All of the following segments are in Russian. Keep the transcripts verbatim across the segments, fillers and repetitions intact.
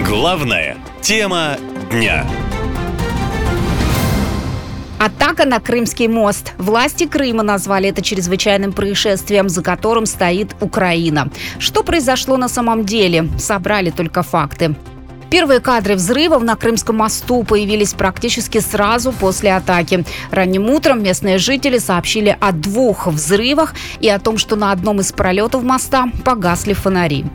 Главная тема дня. Атака на Крымский мост. Власти Крыма назвали это чрезвычайным происшествием, за которым стоит Украина. Что произошло на самом деле? Собрали только факты. Первые кадры взрывов на Крымском мосту появились практически сразу после атаки. Ранним утром местные жители сообщили о двух взрывах и о том, что на одном из пролетов моста погасли фонари.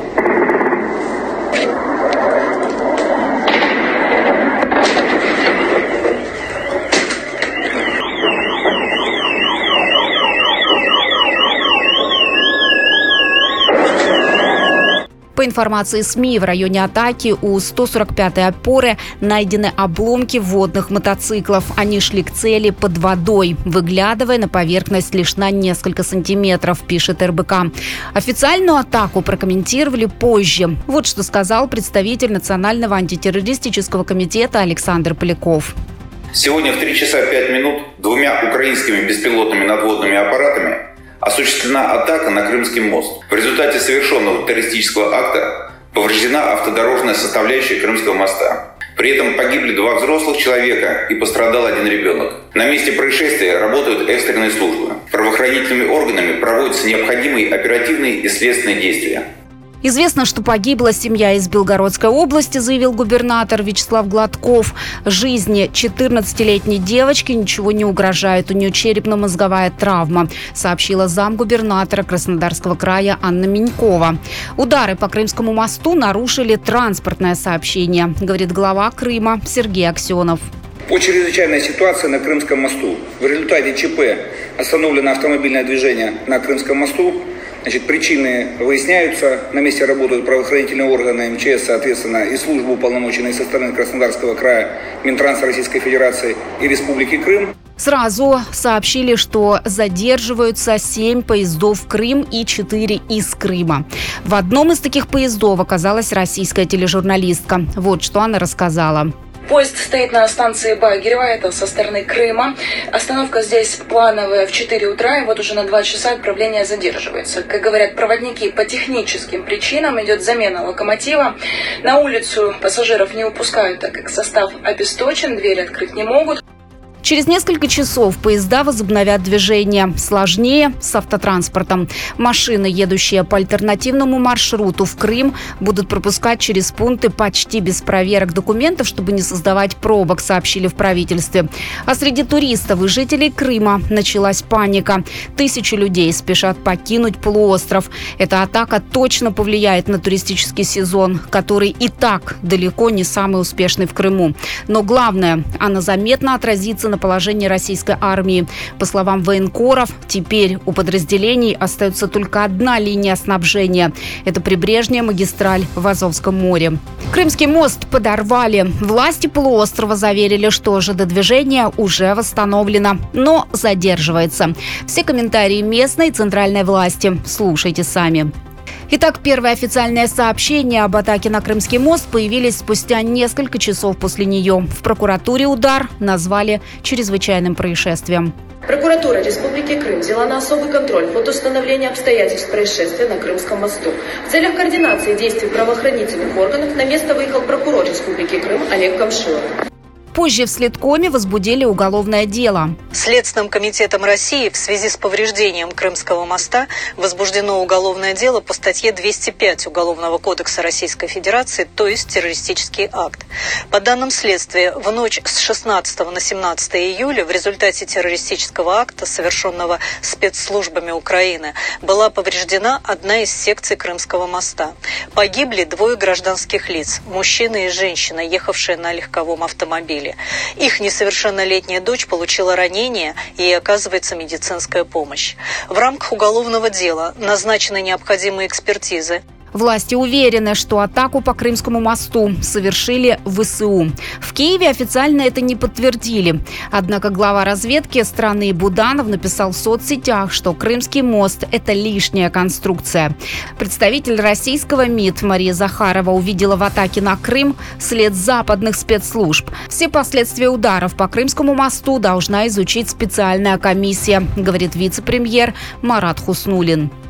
По информации СМИ, в районе атаки у сто сорок пятой опоры найдены обломки водных мотоциклов. Они шли к цели под водой, выглядывая на поверхность лишь на несколько сантиметров, пишет эр бэ ка. Официальную атаку прокомментировали позже. Вот что сказал представитель Национального антитеррористического комитета Александр Поляков. Сегодня в три часа пять минут двумя украинскими беспилотными надводными аппаратами осуществлена атака на Крымский мост. В результате совершенного террористического акта повреждена автодорожная составляющая Крымского моста. При этом погибли два взрослых человека и пострадал один ребенок. На месте происшествия работают экстренные службы. Правоохранительными органами проводятся необходимые оперативные и следственные действия. Известно, что погибла семья из Белгородской области, заявил губернатор Вячеслав Гладков. Жизни четырнадцатилетней девочки ничего не угрожает. У нее черепно-мозговая травма, сообщила замгубернатора Краснодарского края Анна Минькова. Удары по Крымскому мосту нарушили транспортное сообщение, говорит глава Крыма Сергей Аксенов. По чрезвычайной ситуации на Крымском мосту. В результате че пэ остановлено автомобильное движение на Крымском мосту. Значит, причины выясняются. На месте работают правоохранительные органы, эм че эс, соответственно, и службы, уполномоченные со стороны Краснодарского края, Минтранса Российской Федерации и Республики Крым. Сразу сообщили, что задерживаются семь поездов в Крым и четыре из Крыма. В одном из таких поездов оказалась российская тележурналистка. Вот что она рассказала. Поезд стоит на станции Багирева, это со стороны Крыма. Остановка здесь плановая в четыре утра, и вот уже на два часа отправление задерживается. Как говорят проводники, по техническим причинам идет замена локомотива. На улицу пассажиров не выпускают, так как состав обесточен, двери открыть не могут. Через несколько часов поезда возобновят движение. Сложнее с автотранспортом. Машины, едущие по альтернативному маршруту в Крым, будут пропускать через пункты почти без проверок документов, чтобы не создавать пробок, сообщили в правительстве. А среди туристов и жителей Крыма началась паника. Тысячи людей спешат покинуть полуостров. Эта атака точно повлияет на туристический сезон, который и так далеко не самый успешный в Крыму. Но главное, она заметно отразится на положение российской армии. По словам военкоров, теперь у подразделений остается только одна линия снабжения. Это прибрежная магистраль в Азовском море. Крымский мост подорвали. Власти полуострова заверили, что ЖД-движение уже восстановлено, но задерживается. Все комментарии местной и центральной власти слушайте сами. Итак, первые официальные сообщения об атаке на Крымский мост появились спустя несколько часов после нее. В прокуратуре удар назвали чрезвычайным происшествием. Прокуратура Республики Крым взяла на особый контроль фотоустановление обстоятельств происшествия на Крымском мосту. В целях координации действий правоохранительных органов на место выехал прокурор Республики Крым Олег Камшилов. Позже в Следкоме возбудили уголовное дело. Следственным комитетом России в связи с повреждением Крымского моста возбуждено уголовное дело по статье двести пять Уголовного кодекса Российской Федерации, то есть террористический акт. По данным следствия, в ночь с шестнадцатого на семнадцатое июля в результате террористического акта, совершенного спецслужбами Украины, была повреждена одна из секций Крымского моста. Погибли двое гражданских лиц, мужчина и женщина, ехавшие на легковом автомобиле. Их несовершеннолетняя дочь получила ранение, и ей оказывается медицинская помощь. В рамках уголовного дела назначены необходимые экспертизы. Власти уверены, что атаку по Крымскому мосту совершили вэ эс у. В Киеве официально это не подтвердили. Однако глава разведки страны Буданов написал в соцсетях, что Крымский мост – это лишняя конструкция. Представитель российского МИД Мария Захарова увидела в атаке на Крым след западных спецслужб. Все последствия ударов по Крымскому мосту должна изучить специальная комиссия, говорит вице-премьер Марат Хуснуллин.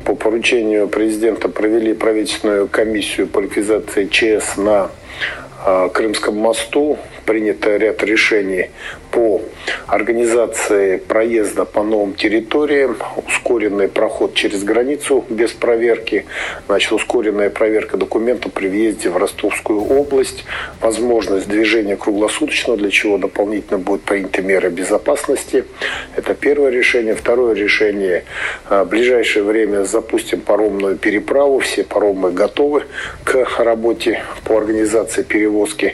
По поручению президента провели правительственную комиссию по ликвидации ЧС на э, Крымском мосту. Принято ряд решений по организации проезда по новым территориям, ускоренный проход через границу без проверки, значит, ускоренная проверка документов при въезде в Ростовскую область, возможность движения круглосуточного, для чего дополнительно будут приняты меры безопасности. Это первое решение. Второе решение. В ближайшее время запустим паромную переправу. Все паромы готовы к работе по организации перевозки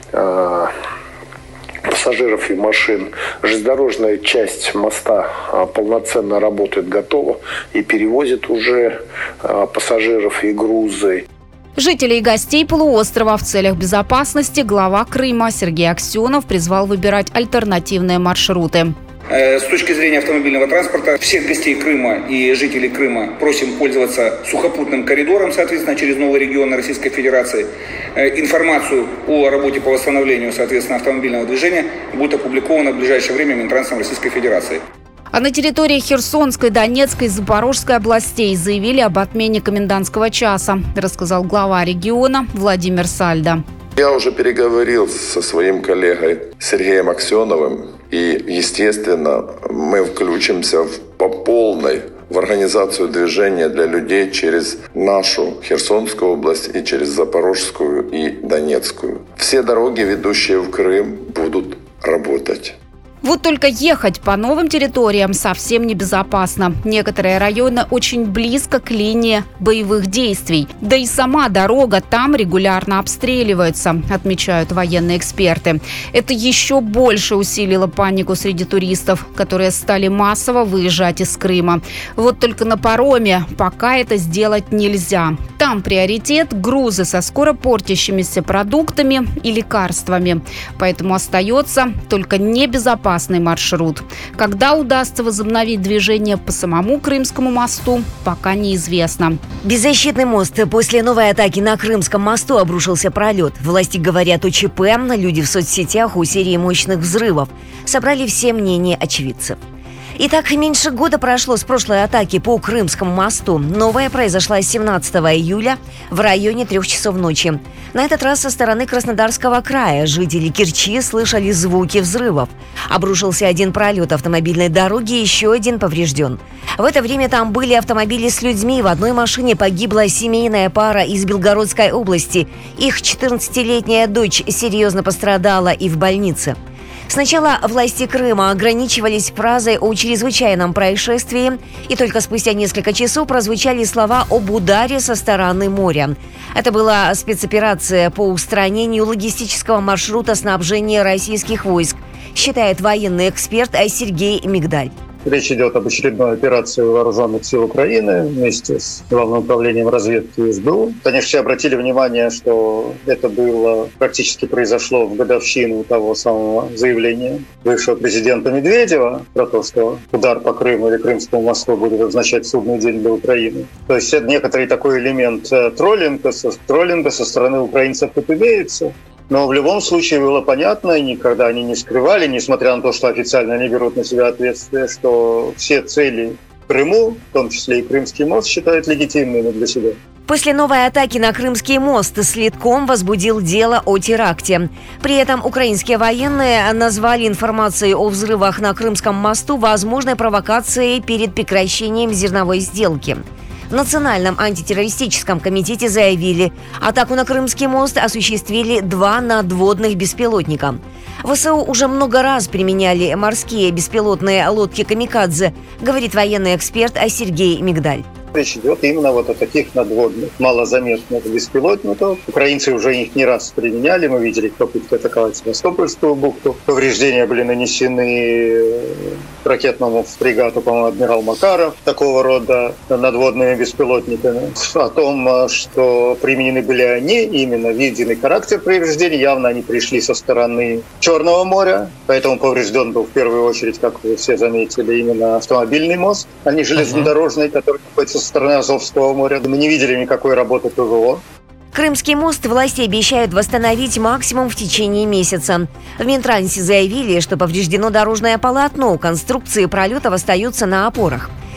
пассажиров и машин. Железнодорожная часть моста полноценно работает, готова и перевозит уже пассажиров и грузы. Жителей и гостей полуострова в целях безопасности глава Крыма Сергей Аксенов призвал выбирать альтернативные маршруты. С точки зрения автомобильного транспорта, всех гостей Крыма и жителей Крыма просим пользоваться сухопутным коридором, соответственно, через новые регионы Российской Федерации. Информацию о работе по восстановлению, соответственно, автомобильного движения будет опубликована в ближайшее время Минтрансом Российской Федерации. А на территории Херсонской, Донецкой и Запорожской областей заявили об отмене комендантского часа, рассказал глава региона Владимир Сальдо. Я уже переговорил со своим коллегой Сергеем Аксеновым, и, естественно, мы включимся в, по полной в организацию движения для людей через нашу Херсонскую область и через Запорожскую и Донецкую. Все дороги, ведущие в Крым, будут работать. Вот только ехать по новым территориям совсем небезопасно. Некоторые районы очень близко к линии боевых действий. Да и сама дорога там регулярно обстреливается, отмечают военные эксперты. Это еще больше усилило панику среди туристов, которые стали массово выезжать из Крыма. Вот только на пароме пока это сделать нельзя. Там приоритет – грузы со скоро портящимися продуктами и лекарствами. Поэтому остается только небезопасный маршрут. Когда удастся возобновить движение по самому Крымскому мосту, пока неизвестно. Беззащитный мост. После новой атаки на Крымском мосту обрушился пролет. Власти говорят о ЧП, люди в соцсетях о серии мощных взрывов. Собрали все мнения очевидцев. Итак, меньше года прошло с прошлой атаки по Крымскому мосту. Новая произошла семнадцатого июля в районе трех часов ночи. На этот раз со стороны Краснодарского края жители Керчи слышали звуки взрывов. Обрушился один пролет автомобильной дороги, еще один поврежден. В это время там были автомобили с людьми. В одной машине погибла семейная пара из Белгородской области. Их четырнадцатилетняя дочь серьезно пострадала и в больнице. Сначала власти Крыма ограничивались фразой о чрезвычайном происшествии, и только спустя несколько часов прозвучали слова об ударе со стороны моря. Это была спецоперация по устранению логистического маршрута снабжения российских войск, считает военный эксперт Сергей Мигдаль. Речь идет об очередной операции Вооруженных сил Украины вместе с Главным управлением разведки СБУ. Конечно, все обратили внимание, что это было, практически произошло в годовщину того самого заявления бывшего президента Медведева про то, что удар по Крыму или Крымскому мосту будет означать судный день для Украины. То есть это некоторый такой элемент троллинга, троллинга со стороны украинцев тут имеется. Но в любом случае было понятно, и никогда они не скрывали, несмотря на то, что официально они берут на себя ответственность, что все цели в Крыму, в том числе и Крымский мост, считают легитимными для себя. После новой атаки на Крымский мост Следком возбудил дело о теракте. При этом украинские военные назвали информацию о взрывах на Крымском мосту возможной провокацией перед прекращением зерновой сделки. В Национальном антитеррористическом комитете заявили, атаку на Крымский мост осуществили два надводных беспилотника. ВСУ уже много раз применяли морские беспилотные лодки «Камикадзе», говорит военный эксперт Сергей Мигдаль. Речь идет именно вот о таких надводных, малозаметных беспилотниках. Украинцы уже их не раз применяли. Мы видели попытки атаковать Севастопольскую бухту. Повреждения были нанесены ракетному фрегату, по-моему, адмирал Макаров, такого рода надводными беспилотниками. О том, что применены были они, именно виденный характер повреждений, явно они пришли со стороны Черного моря, поэтому поврежден был в первую очередь, как вы все заметили, именно автомобильный мост, а не железнодорожный, который находится со стороны Азовского моря. Мы не видели никакой работы ПВО. Крымский мост власти обещают восстановить максимум в течение месяца. В Минтрансе заявили, что повреждено дорожное полотно, конструкции пролетов остаются на опорах.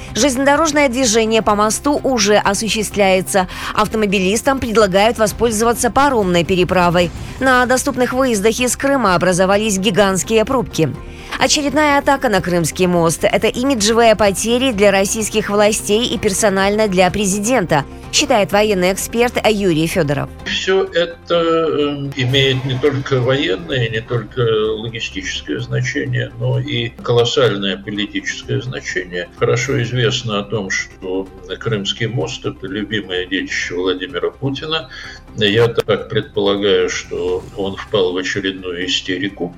Железнодорожное движение по мосту уже осуществляется. Автомобилистам предлагают воспользоваться паромной переправой. На доступных выездах из Крыма образовались гигантские пробки. Очередная атака на Крымский мост – это имиджевые потери для российских властей и персонально для президента, считает военный эксперт Юрий Федоров. Все это имеет не только военное, не только логистическое значение, но и колоссальное политическое значение. Хорошо известно о том, что Крымский мост – это любимое детище Владимира Путина. Я так предполагаю, что он впал в очередную истерику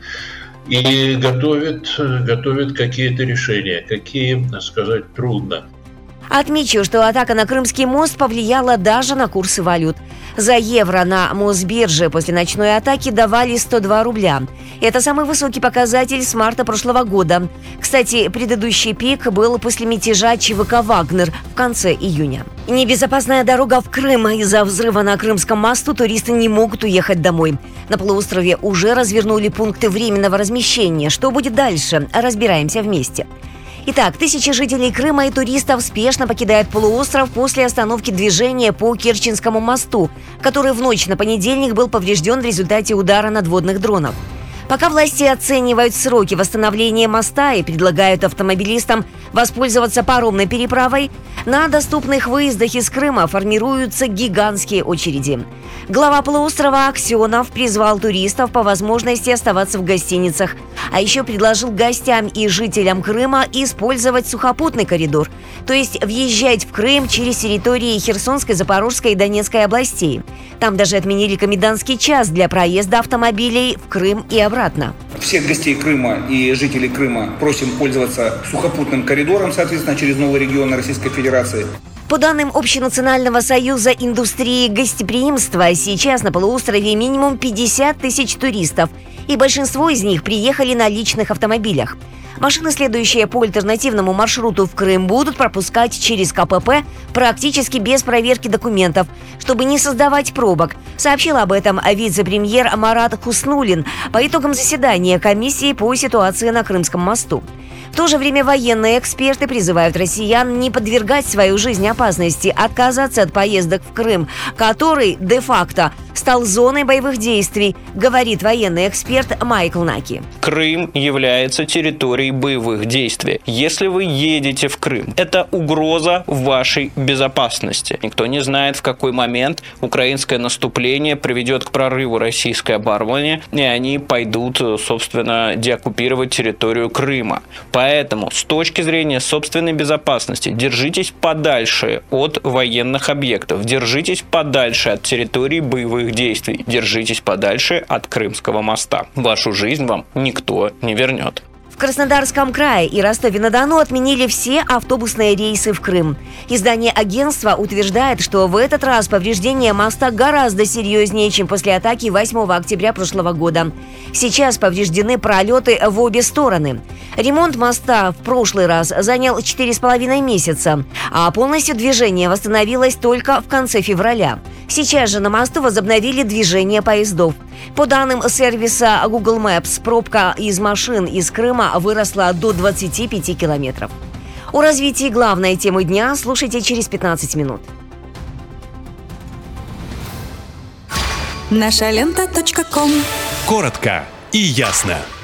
и готовит, готовит какие-то решения, какие, сказать, трудно. Отмечу, что атака на Крымский мост повлияла даже на курсы валют. За евро на Мосбирже после ночной атаки давали сто два рубля. Это самый высокий показатель с марта прошлого года. Кстати, предыдущий пик был после мятежа ЧВК «Вагнер» в конце июня. Небезопасная дорога в Крым. Из-за взрыва на Крымском мосту туристы не могут уехать домой. На полуострове уже развернули пункты временного размещения. Что будет дальше? Разбираемся вместе. Итак, тысячи жителей Крыма и туристов спешно покидают полуостров после остановки движения по Керченскому мосту, который в ночь на понедельник был поврежден в результате удара надводных дронов. Пока власти оценивают сроки восстановления моста и предлагают автомобилистам воспользоваться паромной переправой, на доступных выездах из Крыма формируются гигантские очереди. Глава полуострова Аксенов призвал туристов по возможности оставаться в гостиницах, а еще предложил гостям и жителям Крыма использовать сухопутный коридор, то есть въезжать в Крым через территории Херсонской, Запорожской и Донецкой областей. Там даже отменили комендантский час для проезда автомобилей в Крым и обратно. Всех гостей Крыма и жителей Крыма просим пользоваться сухопутным коридором, соответственно, через новые регионы Российской Федерации. По данным Общенационального союза индустрии гостеприимства, сейчас на полуострове минимум пятьдесят тысяч туристов, и большинство из них приехали на личных автомобилях. Машины, следующие по альтернативному маршруту в Крым, будут пропускать через КПП практически без проверки документов, чтобы не создавать пробок, сообщил об этом вице-премьер Марат Хуснуллин по итогам заседания комиссии по ситуации на Крымском мосту. В то же время военные эксперты призывают россиян не подвергать свою жизнь опасности, отказаться от поездок в Крым, который де-факто стал зоной боевых действий, говорит военный эксперт Майкл Наки. Крым является территорией боевых действий. Если вы едете в Крым, это угроза вашей безопасности. Никто не знает, в какой момент украинское наступление приведет к прорыву российской обороны, и они пойдут, собственно, деоккупировать территорию Крыма. Поэтому с точки зрения собственной безопасности держитесь подальше от военных объектов, держитесь подальше от территории боевых действий, держитесь подальше от Крымского моста. Вашу жизнь вам никто не вернет. В Краснодарском крае и Ростове-на-Дону отменили все автобусные рейсы в Крым. Издание агентства утверждает, что в этот раз повреждение моста гораздо серьезнее, чем после атаки восьмого октября прошлого года. Сейчас повреждены пролеты в обе стороны. Ремонт моста в прошлый раз занял четыре с половиной месяца, а полностью движение восстановилось только в конце февраля. Сейчас же на мосту возобновили движение поездов. По данным сервиса Google Maps, пробка из машин из Крыма выросла до двадцати пяти километров. О развитии главной темы дня слушайте через пятнадцать минут. наша лента точка ком. Коротко и ясно.